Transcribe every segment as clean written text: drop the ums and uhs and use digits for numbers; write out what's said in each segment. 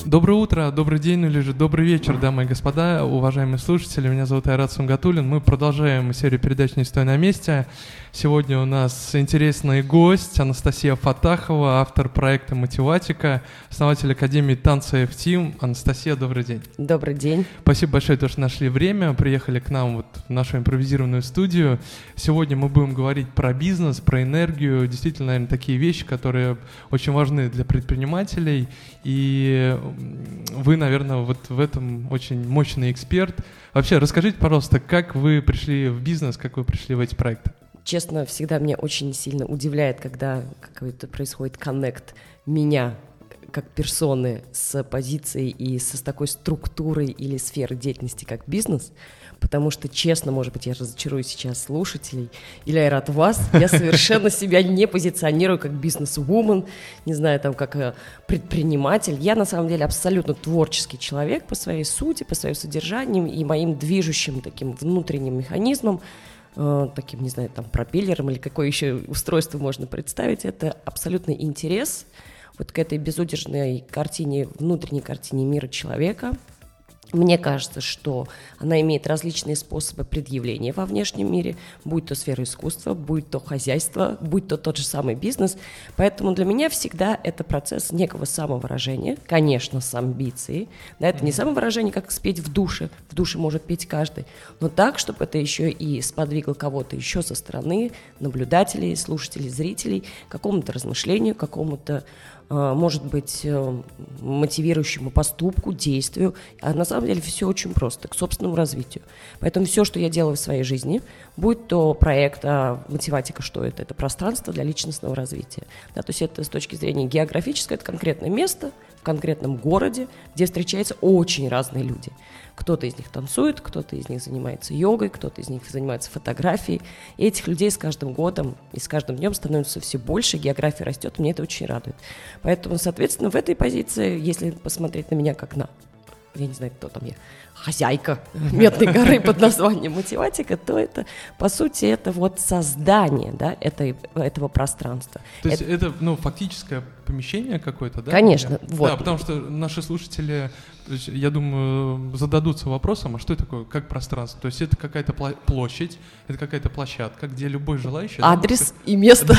Доброе утро, добрый день, или же добрый вечер, дамы и господа, уважаемые слушатели. Меня зовут Айрат Сунгатуллин. Мы продолжаем серию передач «Не стой на месте». Сегодня у нас интересный гость Анастасия Фатахова, автор проекта «Мотиватика», основатель Академии танца F-Team. Анастасия, добрый день. Добрый день. Спасибо большое, что нашли время, приехали к нам в нашу импровизированную студию. Сегодня мы будем говорить про бизнес, про энергию, действительно, наверное, такие вещи, которые очень важны для предпринимателей. И вы, наверное, вот в этом очень мощный эксперт. Вообще, расскажите, пожалуйста, как вы пришли в бизнес, как вы пришли в эти проекты? Честно, всегда меня очень сильно удивляет, когда какой-то происходит коннект меня как персоны с позицией и с такой структурой или сферой деятельности, как бизнес, потому что, честно, может быть, я разочарую сейчас слушателей, или Айрат вас, я совершенно себя не позиционирую как бизнес-вумен, не знаю, там, как предприниматель. Я, на самом деле, абсолютно творческий человек по своей сути, по своим содержаниям и моим движущим таким внутренним механизмом, таким, не знаю, там, пропеллером или какое еще устройство можно представить, это абсолютный интерес вот к этой безудержной картине, внутренней картине мира человека. Мне кажется, что она имеет различные способы предъявления во внешнем мире, будь то сфера искусства, будь то хозяйство, будь то тот же самый бизнес. Поэтому для меня всегда это процесс некого самовыражения, конечно, с амбицией. Да, это не самовыражение, как спеть в душе может петь каждый, но так, чтобы это еще и сподвигло кого-то еще со стороны, наблюдателей, слушателей, зрителей, к какому-то размышлению, к какому-то, может быть, мотивирующему поступку, действию. А на самом деле все очень просто, к собственному развитию. Поэтому все, что я делаю в своей жизни, будь то проект, мотиватика, что это? Это пространство для личностного развития. Да, то есть это с точки зрения географической, это конкретное место в конкретном городе, где встречаются очень разные люди. Кто-то из них танцует, кто-то из них занимается йогой, кто-то из них занимается фотографией. И этих людей с каждым годом и с каждым днем становится все больше, география растет, мне это очень радует. Поэтому, соответственно, в этой позиции, если посмотреть на меня как на, я не знаю, кто там я, хозяйка Медной горы под названием «Мотиватика», то это, по сути, это вот создание, да, этого пространства. То есть это фактическое помещение какое-то, да? Конечно. Вот. Да, потому что наши слушатели, я думаю, зададутся вопросом, а что это такое, как пространство? То есть это какая-то площадь, это какая-то площадка, где любой желающий... Адрес и место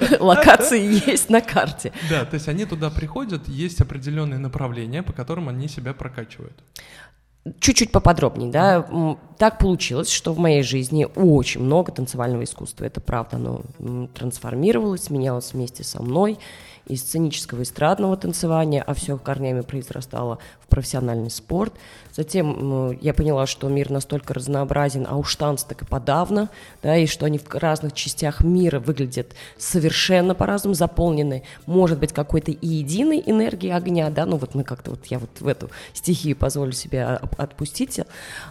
локации есть на карте. Да, то есть они туда приходят, есть определенные направления, по которым они себя прокачивают. Чуть-чуть поподробнее, да, так получилось, что в моей жизни очень много танцевального искусства, это правда, оно трансформировалось, менялось вместе со мной, из сценического эстрадного танцевания, а все корнями произрастало в профессиональный спорт. Затем я поняла, что мир настолько разнообразен, а уж танцы так и подавно, да, и что они в разных частях мира выглядят совершенно по-разному, заполнены, может быть, какой-то и единой энергией огня, да, вот мы как-то, я вот в эту стихию позволю себе отпустить,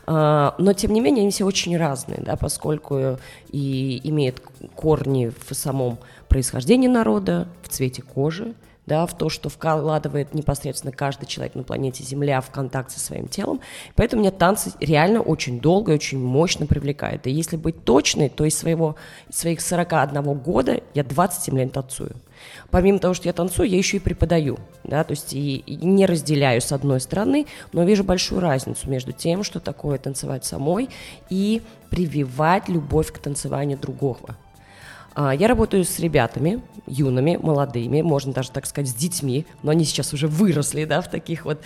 но, тем не менее, они все очень разные, да, поскольку и имеют корни в самом происхождении народа, в цвете кожи, да, в то, что вкладывает непосредственно каждый человек на планете Земля в контакт со своим телом. Поэтому меня танцы реально очень долго и очень мощно привлекают. И если быть точной, то из своих 41 года я 27 лет танцую. Помимо того, что я танцую, я еще и преподаю, да, то есть и не разделяю с одной стороны, но вижу большую разницу между тем, что такое танцевать самой и прививать любовь к танцеванию другого. Я работаю с ребятами, юными, молодыми, можно даже так сказать, с детьми, но они сейчас уже выросли, да, в таких вот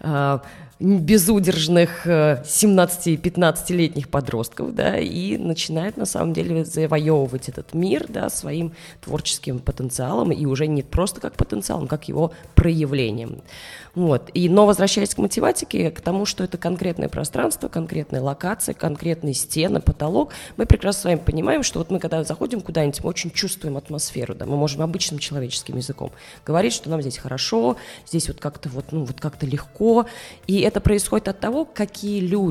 безудержных 17-15-летних подростков, да, и начинают на самом деле завоевывать этот мир, да, своим творческим потенциалом, и уже не просто как потенциалом, как его проявлением. Вот. Но возвращаясь к мотиватике, к тому, что это конкретное пространство, конкретная локация, конкретные стены, потолок, мы прекрасно с вами понимаем, что вот мы когда заходим куда-нибудь, мы очень чувствуем атмосферу, да, мы можем обычным человеческим языком говорить, что нам здесь хорошо, здесь вот как-то как-то легко, и это происходит от того, какие люди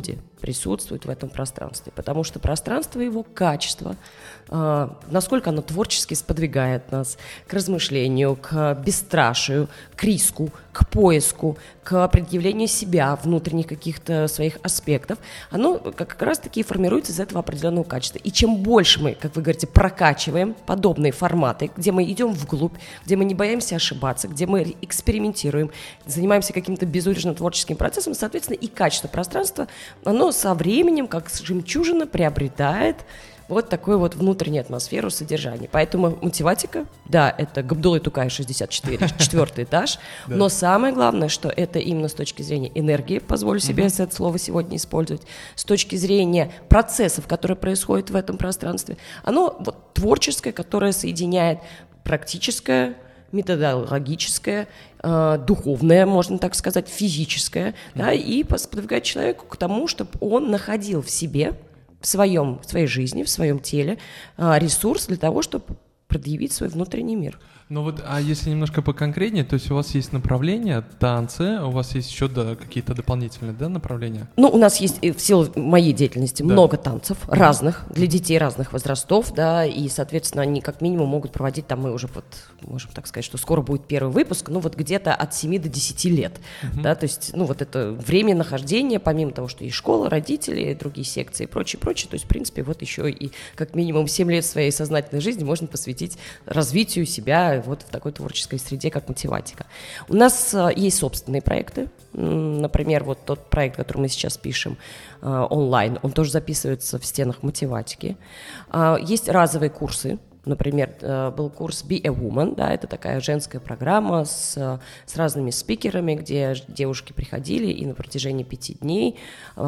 присутствует в этом пространстве, потому что пространство, его качество, насколько оно творчески сподвигает нас к размышлению, к бесстрашию, к риску, к поиску, к предъявлению себя, внутренних каких-то своих аспектов, оно как раз-таки формируется из этого определенного качества. И чем больше мы, как вы говорите, прокачиваем подобные форматы, где мы идем вглубь, где мы не боимся ошибаться, где мы экспериментируем, занимаемся каким-то безудержным творческим процессом, соответственно, и качество пространства, оно со временем, как жемчужина, приобретает вот такую вот внутреннюю атмосферу содержания. Поэтому мотиватика, да, это Габдулла Тукай 64, 4-й этаж, но самое главное, что это именно с точки зрения энергии, позволю себе это слово сегодня использовать, с точки зрения процессов, которые происходят в этом пространстве, оно вот творческое, которое соединяет практическое, методологическое, духовное, можно так сказать, физическое, да, и сподвигает человека к тому, чтобы он находил в себе, в своей жизни, в своем теле ресурс для того, чтобы предъявить свой внутренний мир. Ну вот, а если немножко поконкретнее, то есть у вас есть направления, танцы, у вас есть еще какие-то дополнительные, да, направления? Ну, у нас есть в силу моей деятельности много танцев разных, для детей разных возрастов, да, и, соответственно, они как минимум могут проводить, там мы уже вот, можем так сказать, что скоро будет первый выпуск, ну вот где-то от 7 до 10 лет, да, то есть, ну вот это время нахождения, помимо того, что есть школа, родители, другие секции и прочее, то есть, в принципе, вот еще и как минимум 7 лет своей сознательной жизни можно посвятить развитию себя вот в такой творческой среде, как мотиватика. У нас есть собственные проекты. Например, вот тот проект, который мы сейчас пишем онлайн, он тоже записывается в стенах мотиватики. Есть разовые курсы. Например, был курс Be a Woman, да, это такая женская программа с разными спикерами, где девушки приходили и на протяжении 5 дней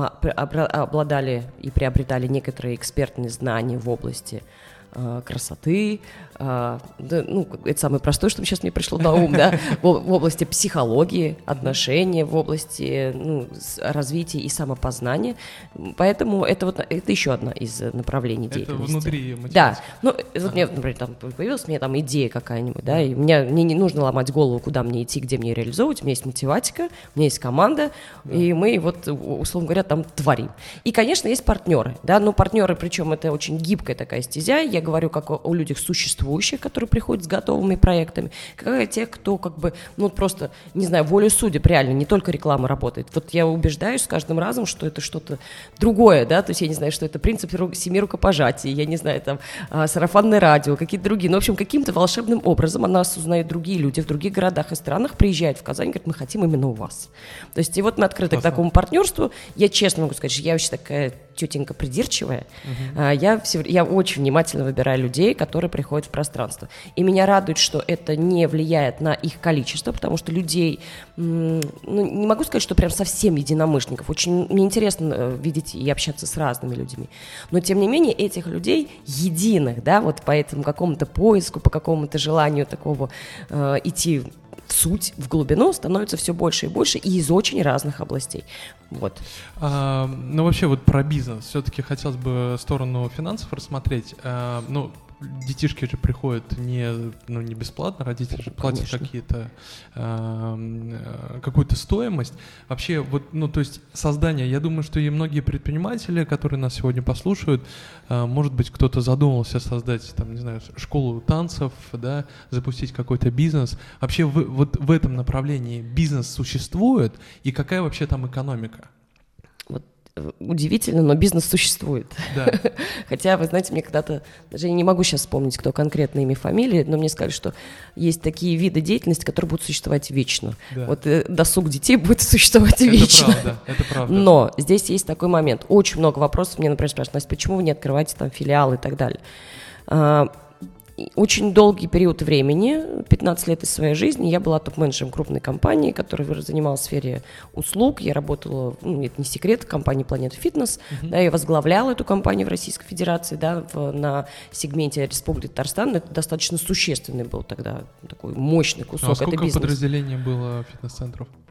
обладали и приобретали некоторые экспертные знания в области красоты, ну, это самое простое, что сейчас мне пришло на ум, да, в области психологии, отношений, в области развития и самопознания. Поэтому это еще одна из направлений деятельности. Это внутри мотивации. Да, ну, вот мне, например, там появилась там идея какая-нибудь, да, и мне не нужно ломать голову, куда мне идти, где мне реализовывать, у меня есть мотиватика, у меня есть команда, и мы вот, условно говоря, там творим. И, конечно, есть партнеры, да, но партнеры, причем это очень гибкая такая стезя, я говорю как о людях существующих, которые приходят с готовыми проектами, как о тех, кто как бы, ну просто, не знаю, волей судеб реально, не только реклама работает. Вот я убеждаюсь с каждым разом, что это что-то другое, да, то есть я не знаю, что это принцип 7 рукопожатий, я не знаю, там, сарафанное радио, какие-то другие, ну, в общем, каким-то волшебным образом о нас узнают другие люди в других городах и странах, приезжают в Казань, говорят, мы хотим именно у вас. То есть и вот мы открыты к такому партнерству. Я честно могу сказать, что я вообще такая тетенька придирчивая, я очень внимательно выбираю людей, которые приходят в пространство. И меня радует, что это не влияет на их количество, потому что людей, ну, не могу сказать, что прям совсем единомышленников. Очень мне интересно видеть и общаться с разными людьми. Но, тем не менее, этих людей единых, да, вот по этому какому-то поиску, по какому-то желанию такого идти в суть, в глубину становится все больше и больше, и из очень разных областей. Вот. Ну, вообще, вот про бизнес. Все-таки хотелось бы сторону финансов рассмотреть. Ну, детишки же приходят не бесплатно, родители же платят какую-то стоимость. Вообще, вот, ну, то есть создание, я думаю, что и многие предприниматели, которые нас сегодня послушают, может быть, кто-то задумался создать, там, не знаю, школу танцев, да, запустить какой-то бизнес. Вообще, вот в этом направлении бизнес существует, и какая вообще там экономика? Удивительно, но бизнес существует. Да. Хотя, вы знаете, мне когда-то, даже я не могу сейчас вспомнить, кто конкретно имя, фамилия, но мне сказали, что есть такие виды деятельности, которые будут существовать вечно. Да. Вот досуг детей будет существовать вечно. Это правда. Но здесь есть такой момент. Очень много вопросов мне, например, спрашивают, Настя, почему вы не открываете там филиалы и так далее? Очень долгий период времени, 15 лет из своей жизни, я была топ-менеджером крупной компании, которая занималась в сфере услуг. Я работала, ну, это не секрет, в компании Planet Fitness. Да, я возглавляла эту компанию в Российской Федерации, да, на сегменте Республики Татарстан. Это достаточно существенный был тогда такой мощный кусок. А сколько подразделений было фитнес-центров?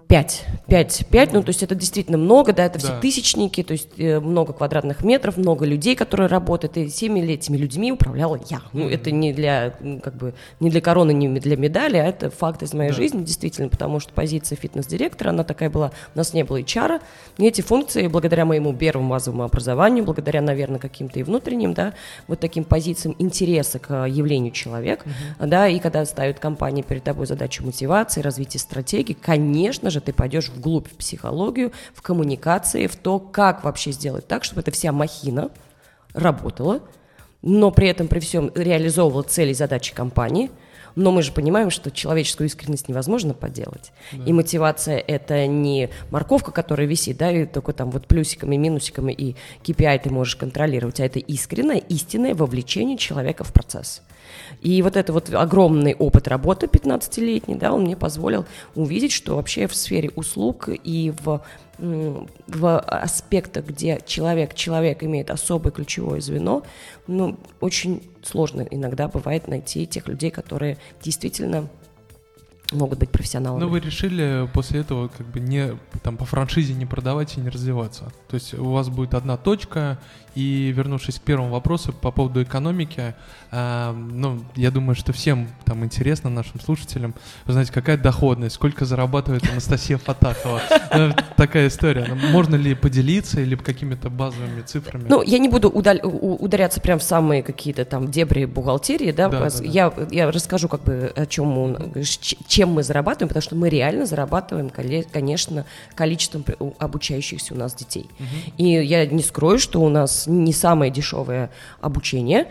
5, ну, то есть это действительно много, да, это все тысячники, то есть много квадратных метров, много людей, которые работают, и всеми этими людьми управляла я. Ну, это не для, не для короны, не для медали, а это факт из моей жизни, действительно, потому что позиция фитнес-директора, она такая была, у нас не было HR, и эти функции, благодаря моему первому базовому образованию, благодаря, наверное, каким-то и внутренним, да, вот таким позициям интереса к явлению человека, да, и когда ставят компании перед тобой задачу мотивации, развития стратегии, конечно же, ты пойдешь вглубь в психологию, в коммуникации, в то, как вообще сделать так, чтобы эта вся махина работала, но при этом при всем реализовывала цели и задачи компании. Но мы же понимаем, что человеческую искренность невозможно подделать. Да. И мотивация — это не морковка, которая висит, да, и только там вот плюсиками, минусиками и KPI ты можешь контролировать, а это искреннее, истинное вовлечение человека в процесс. И вот это вот огромный опыт работы 15-летний, да, он мне позволил увидеть, что вообще в сфере услуг и в аспектах, где человек имеет особое ключевое звено, ну, очень сложно иногда бывает найти тех людей, которые действительно могут быть профессионалами. Но вы решили после этого как бы не там по франшизе не продавать и не развиваться. То есть у вас будет одна точка. И вернувшись к первому вопросу по поводу экономики, ну, я думаю, что всем там интересно, нашим слушателям, узнать, какая доходность, сколько зарабатывает Анастасия Фатахова. Такая история. Можно ли поделиться или какими-то базовыми цифрами? Ну, я не буду ударяться прям в самые какие-то там дебри бухгалтерии, да. Я расскажу как бы о чем мы зарабатываем, потому что мы реально зарабатываем, конечно, количеством обучающихся у нас детей. И я не скрою, что у нас не самое дешевое обучение,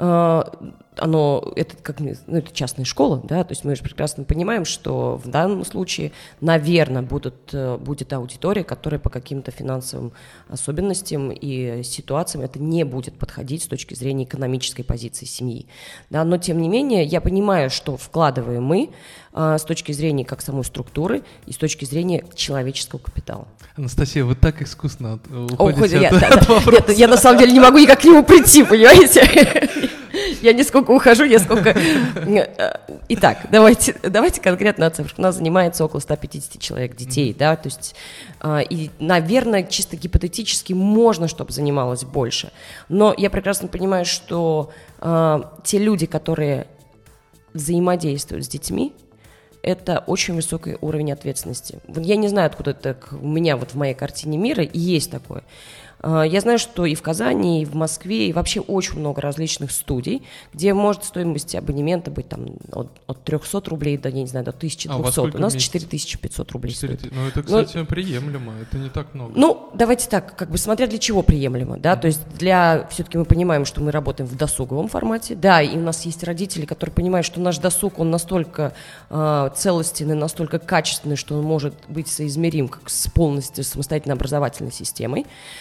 это частная школа, да, то есть мы же прекрасно понимаем, что в данном случае, наверное, будет аудитория, которая по каким-то финансовым особенностям и ситуациям это не будет подходить с точки зрения экономической позиции семьи, да, но тем не менее я понимаю, что вкладываем мы с точки зрения как самой структуры и с точки зрения человеческого капитала. Анастасия, вы так искусно уходите от вопроса. Нет, я на самом деле не могу никак к нему прийти, понимаете? Я не сколько ухожу, я сколько... Итак, давайте конкретно о цифрах. У нас занимается около 150 человек детей, да, то есть, и, наверное, чисто гипотетически можно, чтобы занималось больше. Но я прекрасно понимаю, что те люди, которые взаимодействуют с детьми, это очень высокий уровень ответственности. Я не знаю, откуда это у меня вот в моей картине мира и есть такое. Я знаю, что и в Казани, и в Москве, и вообще очень много различных студий, где может стоимость абонемента быть там от 300 рублей до, я не знаю, до 1200. У нас 4500 рублей стоит. Ну, это, кстати, приемлемо, это не так много. Ну, давайте так, как бы смотря для чего приемлемо, да, то есть все-таки мы понимаем, что мы работаем в досуговом формате, да, и у нас есть родители, которые понимают, что наш досуг, он настолько целостный, настолько качественный, что он может быть соизмерим как с полностью самостоятельной образовательной системой.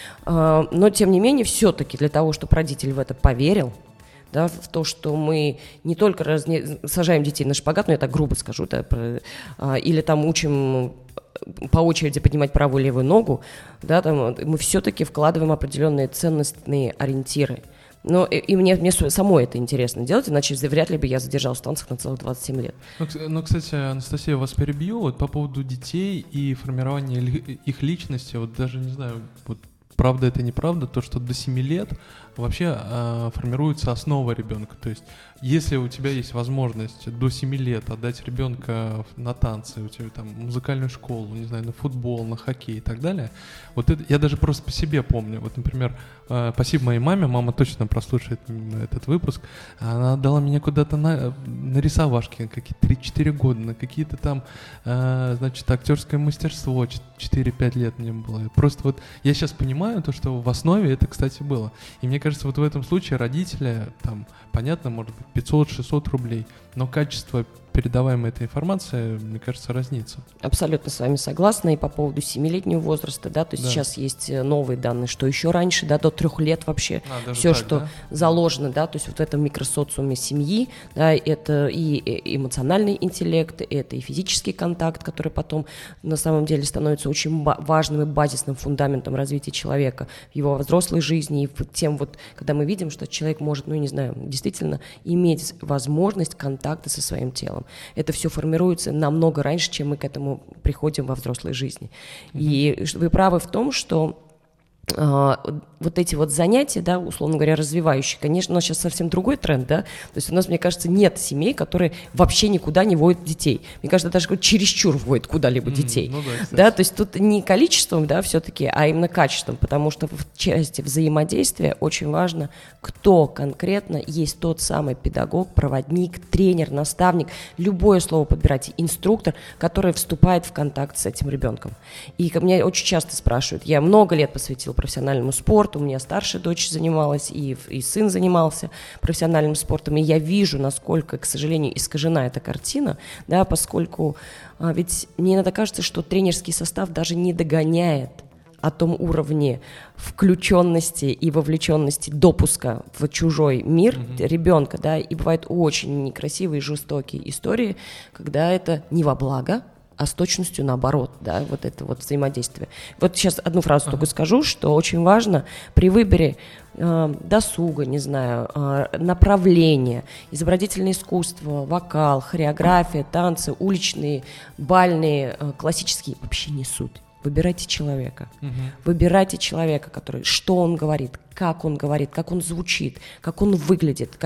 Но, тем не менее, все-таки для того, чтобы родитель в это поверил, да, в то, что мы не только сажаем детей на шпагат, ну, я так грубо скажу, да, или там учим по очереди поднимать правую и левую ногу, да, там, мы все-таки вкладываем определенные ценностные ориентиры. Но и мне самой это интересно делать, иначе вряд ли бы я задержалась в танцах на целых 27 лет. Ну, кстати, Анастасия, вас перебью вот по поводу детей и формирования их личности, вот даже, не знаю, вот правда это неправда, то, что до 7 лет вообще формируется основа ребенка. То есть, если у тебя есть возможность до 7 лет отдать ребенка на танцы, у тебя там музыкальную школу, не знаю, на футбол, на хоккей и так далее, вот это я даже просто по себе помню. Вот, например, спасибо моей маме, мама точно прослушает этот выпуск, она дала меня куда-то на рисовашки, какие-то 3-4 года, на какие-то там, значит, актерское мастерство, 4-5 лет мне было. Просто вот я сейчас понимаю то, что в основе это, кстати, было. И мне кажется, вот в этом случае родители, там, понятно, может быть, 500-600 рублей, но качество передаваемой этой информации, мне кажется, разнится. Абсолютно с вами согласна. И по поводу 7-летнего возраста, да, то есть сейчас есть новые данные, что еще раньше, да, до 3 лет вообще все, так, что заложено, да, то есть вот в этом микросоциуме семьи, да, это и эмоциональный интеллект, это и физический контакт, который потом на самом деле становится очень важным и базисным фундаментом развития человека в его взрослой жизни, и тем вот, когда мы видим, что человек может, ну, не знаю, действительно иметь возможность контакта со своим телом. ребенком. Это все формируется намного раньше, чем мы к этому приходим во взрослой жизни. И вы правы в том, что вот эти вот занятия, да, условно говоря, развивающие, конечно, у нас сейчас совсем другой тренд, да, то есть у нас, мне кажется, нет семей, которые вообще никуда не вводят детей. Мне кажется, даже чересчур вводят куда-либо детей, да, то есть тут не количеством, да, все-таки, а именно качеством, потому что в части взаимодействия очень важно, кто конкретно есть тот самый педагог, проводник, тренер, наставник, любое слово подбирайте, инструктор, который вступает в контакт с этим ребенком. И меня очень часто спрашивают, я много лет посвятила профессиональному спорту, у меня старшая дочь занималась, и сын занимался профессиональным спортом, и я вижу, насколько, к сожалению, искажена эта картина, да, поскольку ведь мне иногда кажется, что тренерский состав даже не догоняет о том уровне включенности и вовлеченности допуска в чужой мир ребенка, да, и бывают очень некрасивые, жестокие истории, когда это не во благо, а с точностью наоборот, да, вот это вот взаимодействие. Вот сейчас одну фразу только скажу, что очень важно при выборе досуга, не знаю, направления, изобразительное искусство, вокал, хореография, танцы, уличные, бальные, классические, вообще не суть. Выбирайте человека. Выбирайте человека, который, что он говорит, как он звучит, как он выглядит,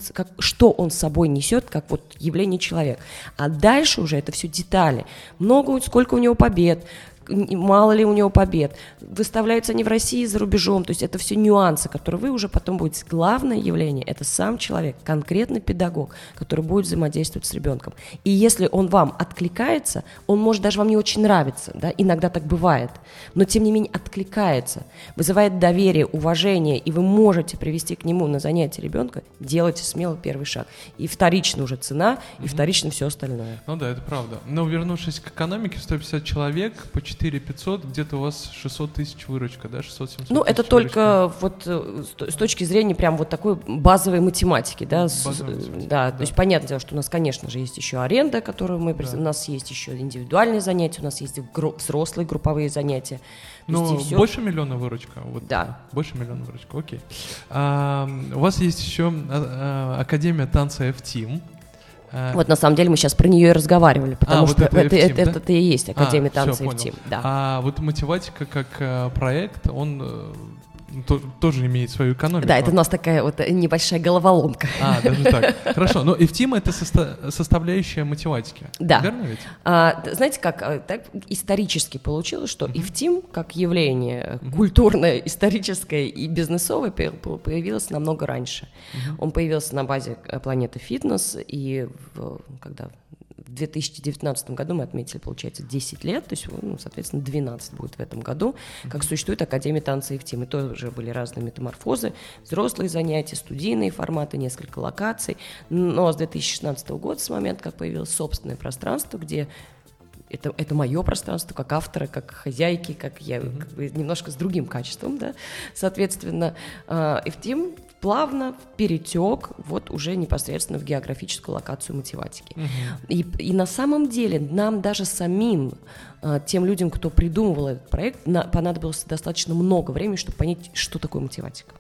что он с собой несет, как вот явление человека. А дальше уже это все детали. Сколько у него побед, мало ли у него побед, выставляются они в России, за рубежом, то есть это все нюансы, которые вы уже потом будете. Главное явление – это сам человек, конкретный педагог, который будет взаимодействовать с ребенком. И если он вам откликается, он может даже вам не очень нравиться, да, иногда так бывает, но тем не менее откликается, вызывает доверие, уважение, и вы можете привести к нему на занятие ребенка, делайте смело первый шаг. И вторично уже цена, и вторично все остальное. Ну да, это правда. Но вернувшись к экономике, 150 человек по 4 500, где-то у вас 600 тысяч выручка, да, 600-700 Ну, это только вот с точки зрения прям вот такой базовой математики, да, да, то есть понятное дело, что у нас, конечно же, есть еще аренда, которую у нас есть еще индивидуальные занятия, у нас есть взрослые групповые занятия. Ну, больше миллиона выручка? Вот, да. Больше миллиона выручка, окей. У вас есть еще Академия танца F-Team. Вот на самом деле мы сейчас про нее и разговаривали, потому что это и есть Академия танца F-Team. Да. А вот мотиватика как проект, он тоже имеет свою экономику. Да, это у нас такая вот небольшая головоломка. Даже так. Хорошо, но F-Team — это составляющая мотиватики. Да. Верно ведь? Знаете, как так исторически получилось, что F-Team как явление культурное, историческое и бизнесовое появилось намного раньше. Он появился на базе Планеты Фитнес, и когда в 2019 году мы отметили, получается, 10 лет, то есть, соответственно, 12 будет в этом году, как существует Академия танца F-Team. И тоже были разные метаморфозы, взрослые занятия, студийные форматы, несколько локаций. Но с 2016 года, с момента, как появилось собственное пространство, где это мое пространство, как автора, как хозяйки, как я, немножко с другим качеством, да, соответственно, F-Team плавно перетек вот уже непосредственно в географическую локацию математики. И на самом деле нам даже самим, тем людям, кто придумывал этот проект, понадобилось достаточно много времени, чтобы понять, что такое математика.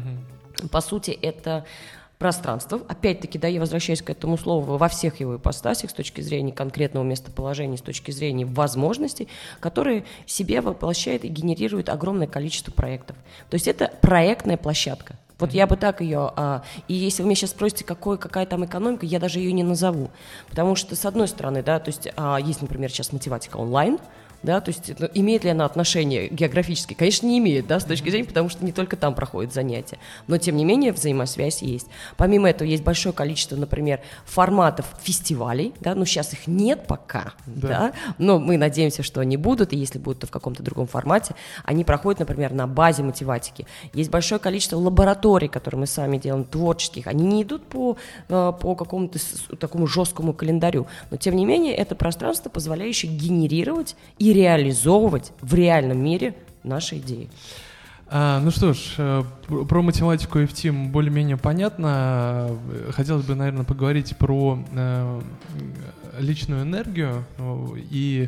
По сути, это пространство, опять-таки, да, я возвращаюсь к этому слову во всех его ипостасях с точки зрения конкретного местоположения, с точки зрения возможностей, которые в себе воплощает и генерирует огромное количество проектов. То есть это проектная площадка. Вот я бы так ее... И если вы меня сейчас спросите, какая там экономика, я даже ее не назову. Потому что, с одной стороны, да, то есть есть, например, сейчас математика онлайн, да, то есть имеет ли она отношение географически? Конечно, не имеет, да, с точки зрения, потому что не только там проходят занятия, но, тем не менее, взаимосвязь есть. Помимо этого, есть большое количество, например, форматов фестивалей, да, ну, сейчас их нет пока, да, но мы надеемся, что они будут, и если будут, то в каком-то другом формате, они проходят, например, на базе математики. Есть большое количество лабораторий, которые мы сами делаем, творческих, они не идут по какому-то такому жесткому календарю, но, тем не менее, это пространство, позволяющее генерировать и реализовывать в реальном мире наши идеи. Ну что ж, про математику F-Team более-менее понятно. Хотелось бы, наверное, поговорить про личную энергию. И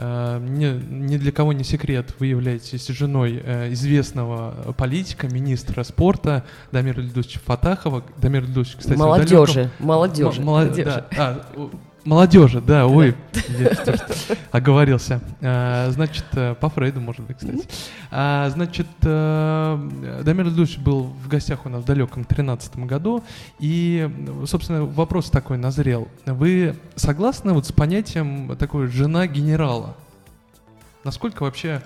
ни для кого не секрет, вы являетесь женой известного политика, министра спорта Дамира Ильдусовича Фатахова. Дамир Ильдусович, кстати, молодежи. Да. Молодежи, да, ой, я оговорился. Значит, по Фрейду, может быть, кстати. Значит, Дамир Эльдулович был в гостях у нас в далеком 2013 году, и, собственно, вопрос такой назрел. Вы согласны вот с понятием такой «жена генерала»? Насколько вообще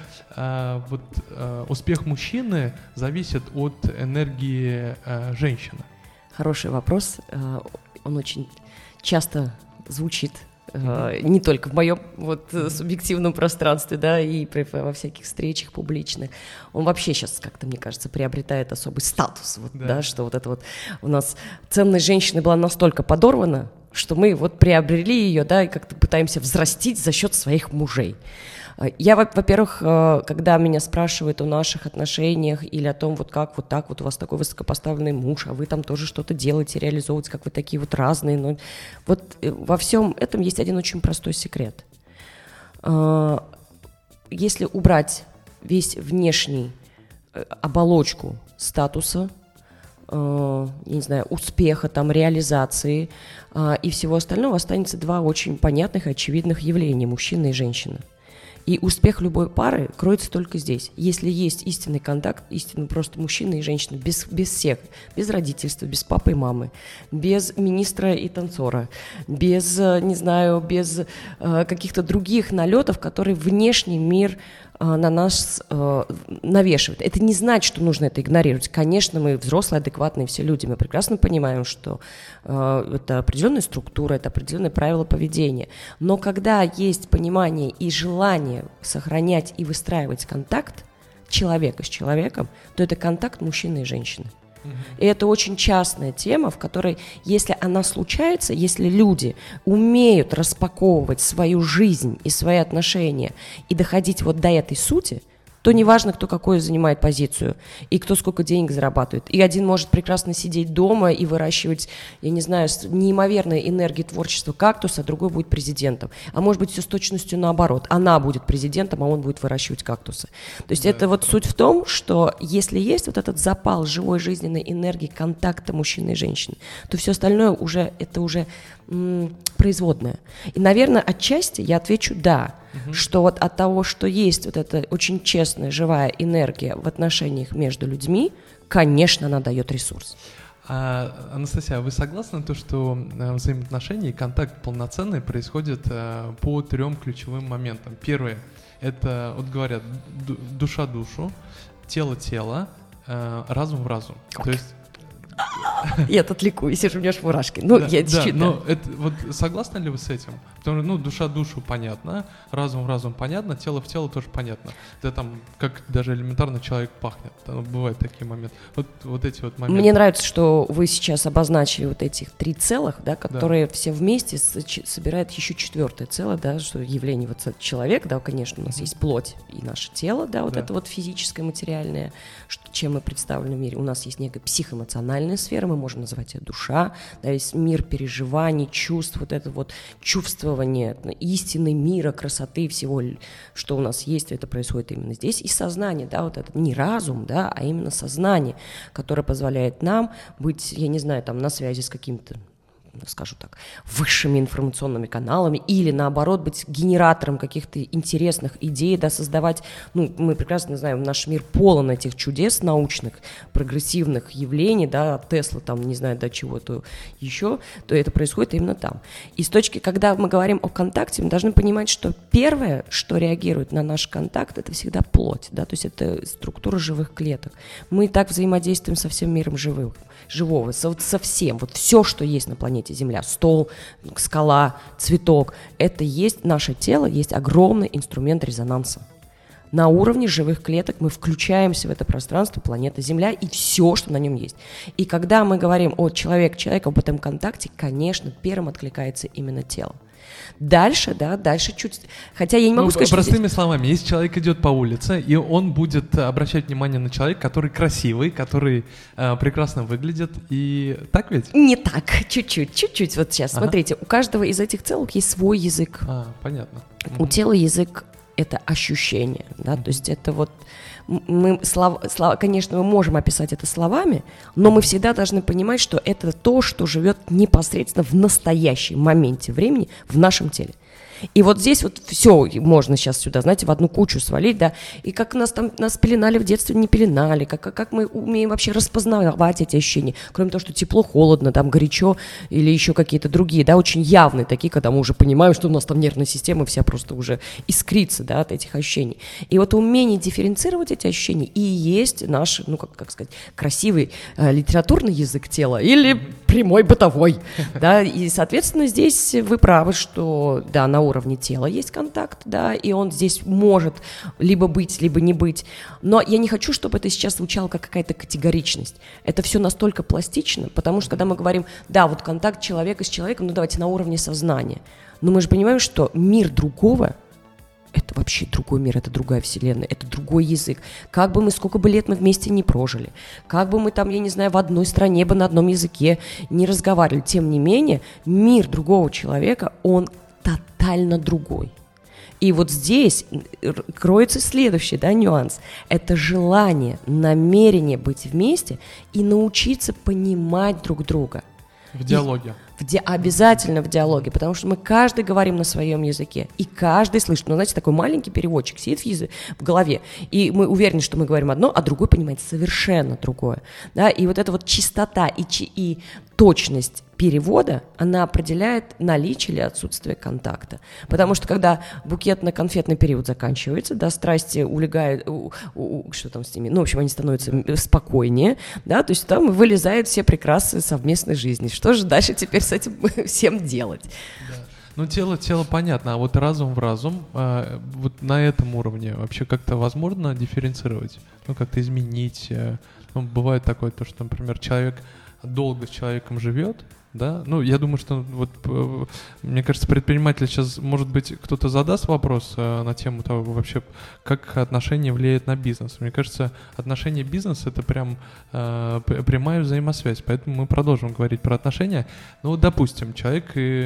успех мужчины зависит от энергии женщины? Хороший вопрос. Он очень часто звучит не только в моем субъективном пространстве, да, и во всяких встречах публичных. Он вообще сейчас, как-то, мне кажется, приобретает особый статус, да, что вот это вот у нас ценность женщины была настолько подорвана, что мы вот приобрели ее, да, и как-то пытаемся взрастить за счет своих мужей. Я, во-первых, когда меня спрашивают о наших отношениях или о том, вот как вот так вот у вас такой высокопоставленный муж, а вы там тоже что-то делаете, реализовываете, как вы такие вот разные, но вот во всем этом есть один очень простой секрет. Если убрать весь внешний оболочку статуса, я не знаю, успеха, там, реализации и всего остального, останется два очень понятных и очевидных явления – мужчина и женщина. И успех любой пары кроется только здесь. Если есть истинный контакт, истинно просто мужчина и женщина, без всех, без родительства, без папы и мамы, без министра и танцора, без, не знаю, без каких-то других налетов, которые внешний мир на нас навешивает. Это не значит, что нужно это игнорировать. Конечно, мы взрослые, адекватные все люди, мы прекрасно понимаем, что это определенная структура, это определенные правила поведения. Но когда есть понимание и желание сохранять и выстраивать контакт человека с человеком, то это контакт мужчины и женщины. И это очень частная тема, в которой, если она случается, если люди умеют распаковывать свою жизнь и свои отношения и доходить вот до этой сути, то неважно, кто какую занимает позицию и кто сколько денег зарабатывает. И один может прекрасно сидеть дома и выращивать, я не знаю, с неимоверной энергией творчества кактуса, а другой будет президентом. А может быть, все с точностью наоборот. Она будет президентом, а он будет выращивать кактусы. То есть это вот суть в том, что если есть вот этот запал живой жизненной энергии, контакта мужчины и женщины, то все остальное уже, это уже производное. И, наверное, отчасти я отвечу «да», что вот от того, что есть вот эта очень честная, живая энергия в отношениях между людьми, конечно, она дает ресурс. Анастасия, вы согласны то, что взаимоотношения и контакт полноценный происходит по 3 ключевым моментам? Первое – это, вот говорят, душа душу, тело, разум в разум. То есть Я тут ликую, сижу, у меня аж мурашки. Ну, да, я да, но это, вот согласны ли вы с этим? Потому что, душа душу понятно, разум в разум понятно, тело в тело тоже понятно. Это там, как даже элементарно человек пахнет. Там бывают такие моменты. Вот эти вот моменты. Мне нравится, что вы сейчас обозначили вот этих 3 целых, да, которые все вместе собирают еще 4 целое, да, что явление вот человек, да, конечно, у нас есть плоть и наше тело, да, вот это вот физическое, материальное, чем мы представлены в мире. У нас есть некая психоэмоциональная сфера, мы можем называть ее душа, да, есть мир переживаний, чувств, вот это вот чувствование истины, мира, красоты, всего, что у нас есть, это происходит именно здесь. И сознание, да, вот это не разум, да, а именно сознание, которое позволяет нам быть, я не знаю, там, на связи с каким-то, скажу так, высшими информационными каналами или, наоборот, быть генератором каких-то интересных идей, да, создавать, мы прекрасно знаем, наш мир полон этих чудес научных, прогрессивных явлений, да, от Теслы, там, не знаю, до чего-то еще, то это происходит именно там. И когда мы говорим о контакте, мы должны понимать, что первое, что реагирует на наш контакт, это всегда плоть, да, то есть это структура живых клеток. Мы так взаимодействуем со всем миром живого, со всем, вот все, что есть на планете Земля, стол, скала, цветок, это есть наше тело, есть огромный инструмент резонанса. На уровне живых клеток мы включаемся в это пространство планеты Земля и все, что на нем есть. И когда мы говорим о человеку об этом контакте, конечно, первым откликается именно тело. Дальше чуть... Хотя я не могу сказать, простыми словами, если человек идет по улице, и он будет обращать внимание на человека, который красивый, который прекрасно выглядит, и так ведь? Не так, чуть-чуть. Вот сейчас, смотрите, у каждого из этих целых есть свой язык. Понятно. У тела язык — это ощущение, да, то есть это вот конечно, мы можем описать это словами, но мы всегда должны понимать, что это то, что живет непосредственно в настоящем моменте времени в нашем теле. И вот здесь вот все можно сейчас сюда, знаете, в одну кучу свалить, да, и как нас пеленали в детстве, не пеленали, как мы умеем вообще распознавать эти ощущения, кроме того, что тепло, холодно, там, горячо или еще какие-то другие, да, очень явные такие, когда мы уже понимаем, что у нас там нервная система вся просто уже искрится, да, от этих ощущений. И вот умение дифференцировать эти ощущения и есть наш, ну, как сказать, красивый литературный язык тела или прямой бытовой, да, и, соответственно, здесь вы правы, что, да, на уровне тела есть контакт, да, и он здесь может либо быть, либо не быть, но я не хочу, чтобы это сейчас звучало как какая-то категоричность. Это все настолько пластично, потому что, когда мы говорим, да, вот контакт человека с человеком, ну, давайте на уровне сознания, но мы же понимаем, что мир другого — это вообще другой мир, это другая вселенная, это другой язык. Как бы мы, сколько бы лет мы вместе не прожили, как бы мы там, я не знаю, в одной стране бы на одном языке не разговаривали, тем не менее, мир другого человека, он тотально другой. И вот здесь кроется следующий, да, нюанс. Это желание, намерение быть вместе и научиться понимать друг друга. В диалоге. Обязательно в диалоге, потому что мы каждый говорим на своем языке, и каждый слышит. Ну, знаете, такой маленький переводчик сидит в голове, и мы уверены, что мы говорим одно, а другой понимает совершенно другое. Да? И вот эта вот чистота и точность перевода, она определяет наличие или отсутствие контакта. Потому что когда букетно-конфетный период заканчивается, да, страсти улегают, что там с ними, ну, в общем, они становятся спокойнее, да, то есть там вылезают все прекрасы совместной жизни. Что же дальше теперь с этим всем делать? Да. Ну, тело понятно, а вот разум в разум, вот на этом уровне вообще как-то возможно дифференцировать, ну, как-то изменить. Ну, бывает такое, то, что, например, человек долго с человеком живет, да, ну, я думаю, что вот, мне кажется, предприниматель сейчас, может быть, кто-то задаст вопрос на тему того, вообще, как отношения влияют на бизнес. Мне кажется, отношения бизнес — это прям прямая взаимосвязь, поэтому мы продолжим говорить про отношения. Ну, вот, допустим, человек,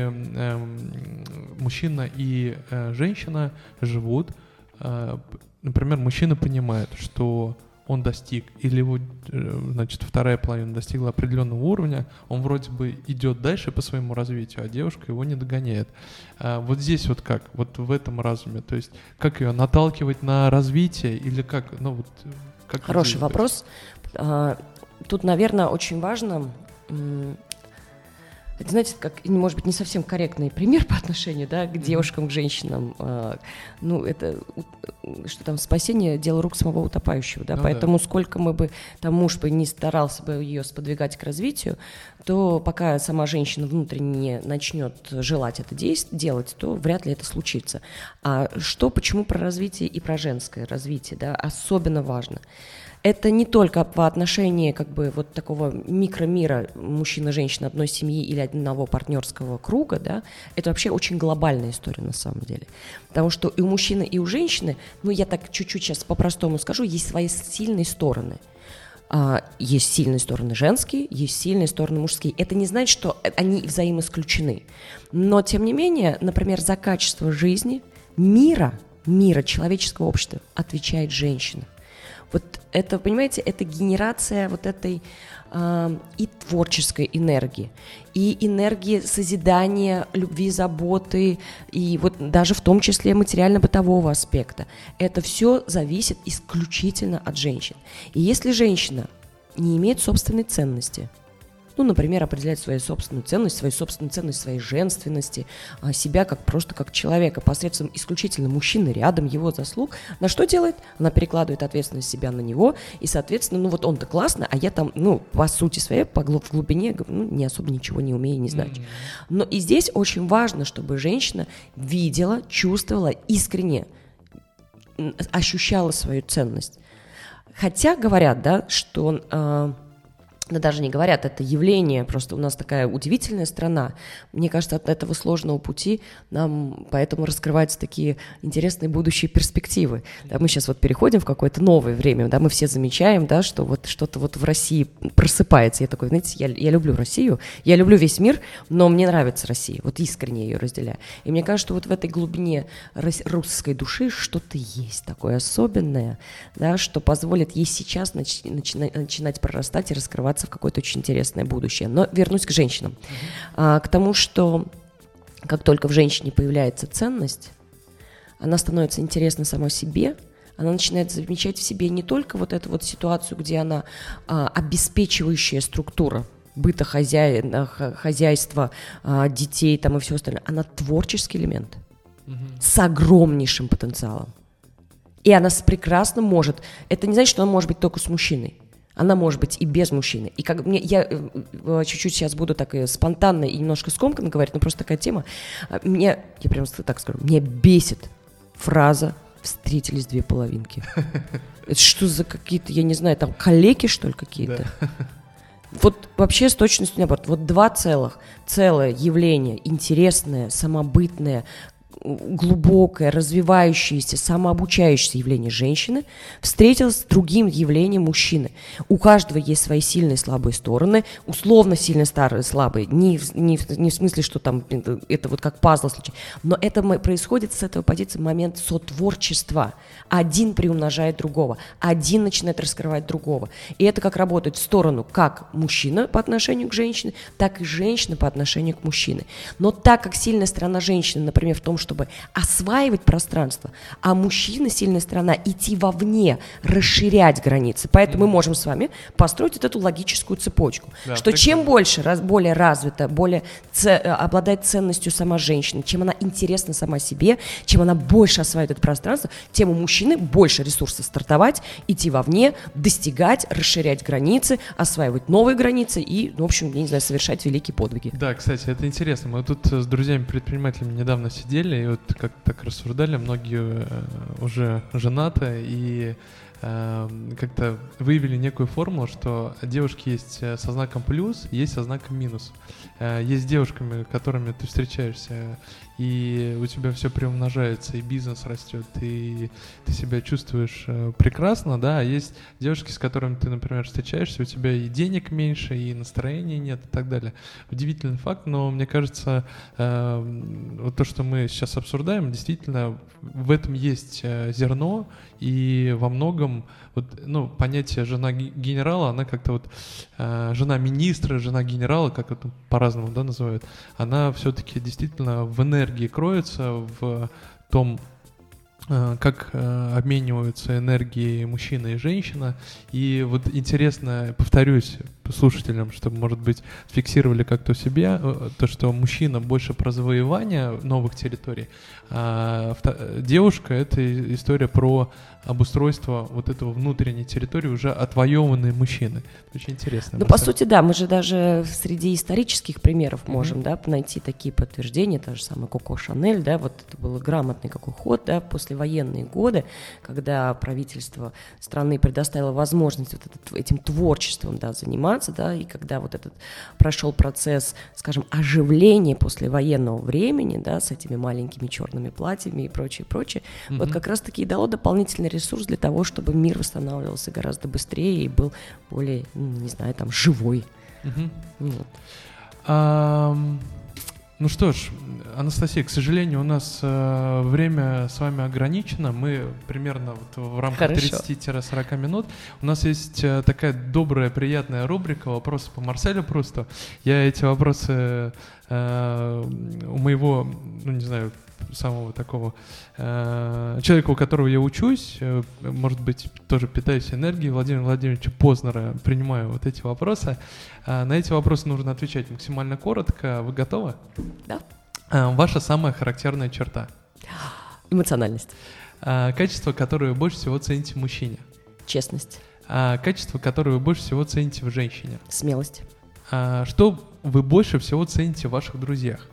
мужчина и женщина живут, например, мужчина понимает, что он достиг, или вот, значит, вторая половина достигла определенного уровня, он вроде бы идет дальше по своему развитию, а девушка его не догоняет. Вот здесь вот как? Вот в этом разуме, то есть как ее наталкивать на развитие или как? Ну, вот, как хороший вопрос. Тут, наверное, очень важно... Это, знаете, как, может быть, не совсем корректный пример по отношению, да, к девушкам, к женщинам. Ну, это, что там, спасение — дело рук самого утопающего, да, ну, поэтому да. Сколько мы бы, там, муж бы не старался бы ее сподвигать к развитию, то пока сама женщина внутренне начнет желать это делать, то вряд ли это случится. А почему про развитие и про женское развитие, да, особенно важно? Это не только по отношению как бы вот такого микромира мужчина-женщина одной семьи или одного партнерского круга, да, это вообще очень глобальная история на самом деле. Потому что и у мужчины, и у женщины, ну я так чуть-чуть сейчас по-простому скажу, есть свои сильные стороны. Есть сильные стороны женские, есть сильные стороны мужские. Это не значит, что они взаимоисключены. Но тем не менее, например, за качество жизни, мира человеческого общества отвечает женщина. Вот это, понимаете, это генерация вот этой и творческой энергии, и энергии созидания, любви, заботы, и вот даже в том числе материально-бытового аспекта. Это все зависит исключительно от женщин. И если женщина не имеет собственной ценности, ну, например, определять свою собственную ценность своей женственности, себя просто как человека посредством исключительно мужчины рядом, его заслуг. На что делает? Она перекладывает ответственность себя на него, и, соответственно, ну вот он-то классно, а я там, ну, по сути своей, в глубине, ну, не особо ничего не умею, не знаю. Но и здесь очень важно, чтобы женщина видела, чувствовала, искренне ощущала свою ценность. Хотя говорят, да, что да даже не говорят, это явление, просто у нас такая удивительная страна. Мне кажется, от этого сложного пути нам поэтому раскрываются такие интересные будущие перспективы. Да, мы сейчас вот переходим в какое-то новое время, да, мы все замечаем, да, что вот что-то вот в России просыпается. Я такой, знаете, я люблю Россию, я люблю весь мир, но мне нравится Россия, вот искренне ее разделяю. И мне кажется, что вот в этой глубине русской души что-то есть такое особенное, да, что позволит ей сейчас начинать прорастать и раскрываться в какое-то очень интересное будущее. Но вернусь к женщинам. К тому, что как только в женщине появляется ценность, она становится интересна сама себе, она начинает замечать в себе не только вот эту вот ситуацию, где она обеспечивающая структура быта, хозяйства, детей там и все остальное. Она творческий элемент с огромнейшим потенциалом. И она прекрасно может... Это не значит, что она может быть только с мужчиной. Она может быть и без мужчины. И как я чуть-чуть сейчас буду так и спонтанно и немножко скомканно говорить, но просто такая тема. Я прямо так скажу, меня бесит фраза «встретились две половинки». Это что за какие-то, я не знаю, там калеки, что ли, какие-то? Вот вообще с точностью наоборот. Вот два целое явление, интересное, самобытное, глубокое, развивающееся, самообучающееся явление женщины встретилось с другим явлением мужчины. У каждого есть свои сильные и слабые стороны, условно сильные, старые, слабые, не в смысле, что там это вот как пазл случай, но это происходит с этого позиции момент сотворчества. Один приумножает другого, один начинает раскрывать другого. И это как работает в сторону как мужчина по отношению к женщине, так и женщина по отношению к мужчине. Но так как сильная сторона женщины, например, в том, чтобы осваивать пространство, а мужчина, сильная сторона, идти вовне, расширять границы. Поэтому мы можем с вами построить вот эту логическую цепочку, да, что чем больше, более развита, более обладает ценностью сама женщина, чем она интересна сама себе, чем она больше осваивает это пространство, тем у мужчины больше ресурсов стартовать, идти вовне, достигать, расширять границы, осваивать новые границы и, в общем, я не знаю, совершать великие подвиги. Да, кстати, это интересно. Мы тут с друзьями-предпринимателями недавно сидели и вот как-то так рассуждали, многие уже женаты и как-то выявили некую формулу, что девушки есть со знаком плюс, есть со знаком минус. Есть с девушками, с которыми ты встречаешься, и у тебя все приумножается, и бизнес растет, и ты себя чувствуешь прекрасно, да, а есть девушки, с которыми ты, например, встречаешься, у тебя и денег меньше, и настроения нет, и так далее. Удивительный факт, но мне кажется, вот то, что мы сейчас обсуждаем, действительно, в этом есть зерно, и во многом вот, ну, понятие жена генерала, она как-то вот жена министра, жена генерала, как это по-разному, да, называют, она все-таки действительно в энергии кроется, в том, как обмениваются энергией мужчина и женщина. И вот интересно, повторюсь слушателям, чтобы, может быть, фиксировали как-то у себя, то, что мужчина больше про завоевание новых территорий, а девушка — это история про обустройство вот этого внутренней территории, уже отвоеванной мужчиной. Очень интересно. Ну, по сути, да, мы же даже среди исторических примеров можем, да, найти такие подтверждения, та же самая Коко Шанель, да, вот это был грамотный какой ход, да, послевоенные годы, когда правительство страны предоставило возможность вот этим творчеством, да, заниматься, да, и когда вот этот прошел процесс, скажем, оживления послевоенного времени, да, с этими маленькими черными платьями и прочее, вот как раз-таки и дало дополнительный ресурс для того, чтобы мир восстанавливался гораздо быстрее и был более, не знаю, там, живой. Вот. Ну что ж, Анастасия, к сожалению, у нас время с вами ограничено. Мы примерно вот в рамках 30-40 минут. У нас есть такая добрая, приятная рубрика «Вопросы по Марселю Прусту». Я эти вопросы у моего, ну не знаю, самого такого человека, у которого я учусь, может быть, тоже питаюсь энергией, Владимира Владимировича Познера, принимаю вот эти вопросы. На эти вопросы нужно отвечать максимально коротко. Вы готовы? Да. Ваша самая характерная черта? Эмоциональность. Качество, которое вы больше всего цените в мужчине? Честность. Качество, которое вы больше всего цените в женщине? Смелость. Что вы больше всего цените в ваших друзьях?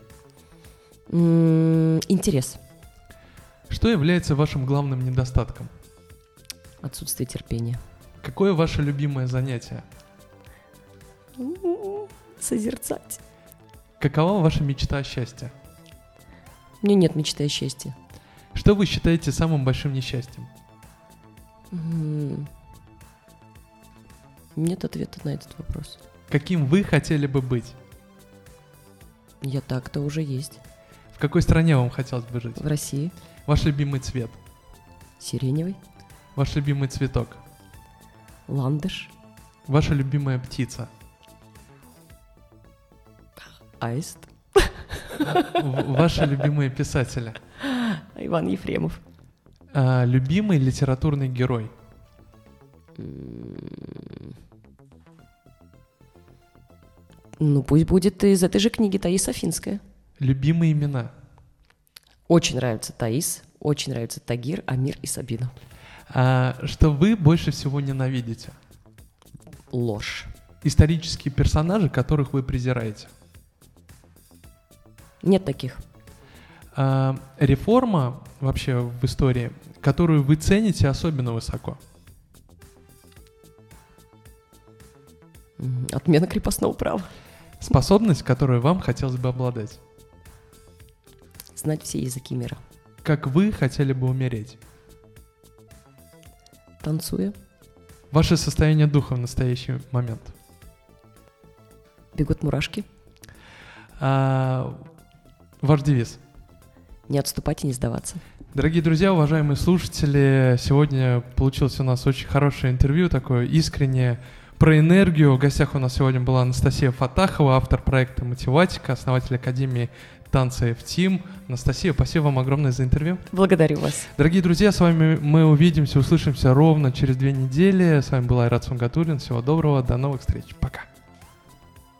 Интерес. Что является вашим главным недостатком? Отсутствие терпения. Какое ваше любимое занятие? Созерцать. Какова ваша мечта о счастье? У меня нет мечты о счастье. Что вы считаете самым большим несчастьем? Нет ответа на этот вопрос. Каким вы хотели бы быть? Я так-то уже есть. В какой стране вам хотелось бы жить? В России. Ваш любимый цвет? Сиреневый. Ваш любимый цветок? Ландыш. Ваша любимая птица? Аист. Ваши любимые писатели? Иван Ефремов. Любимый литературный герой? Ну, пусть будет из этой же книги Таис Афинская. Любимые имена? Очень нравится Таис, очень нравится Тагир, Амир и Сабина. Что вы больше всего ненавидите? Ложь. Исторические персонажи, которых вы презираете? Нет таких. Реформа вообще в истории, которую вы цените особенно высоко? Отмена крепостного права. Способность, которую вам хотелось бы обладать? Знать все языки мира. Как вы хотели бы умереть? Танцуя. Ваше состояние духа в настоящий момент? Бегут мурашки. Ваш девиз? Не отступать и не сдаваться. Дорогие друзья, уважаемые слушатели, сегодня получилось у нас очень хорошее интервью, такое искреннее, про энергию. В гостях у нас сегодня была Анастасия Фатахова, автор проекта «Мотиватика», основатель Академии танца F-Team. Анастасия, спасибо вам огромное за интервью. Благодарю вас. Дорогие друзья, с вами мы увидимся, услышимся ровно через 2 недели. С вами был Айрат Сунгатуллин. Всего доброго, до новых встреч. Пока.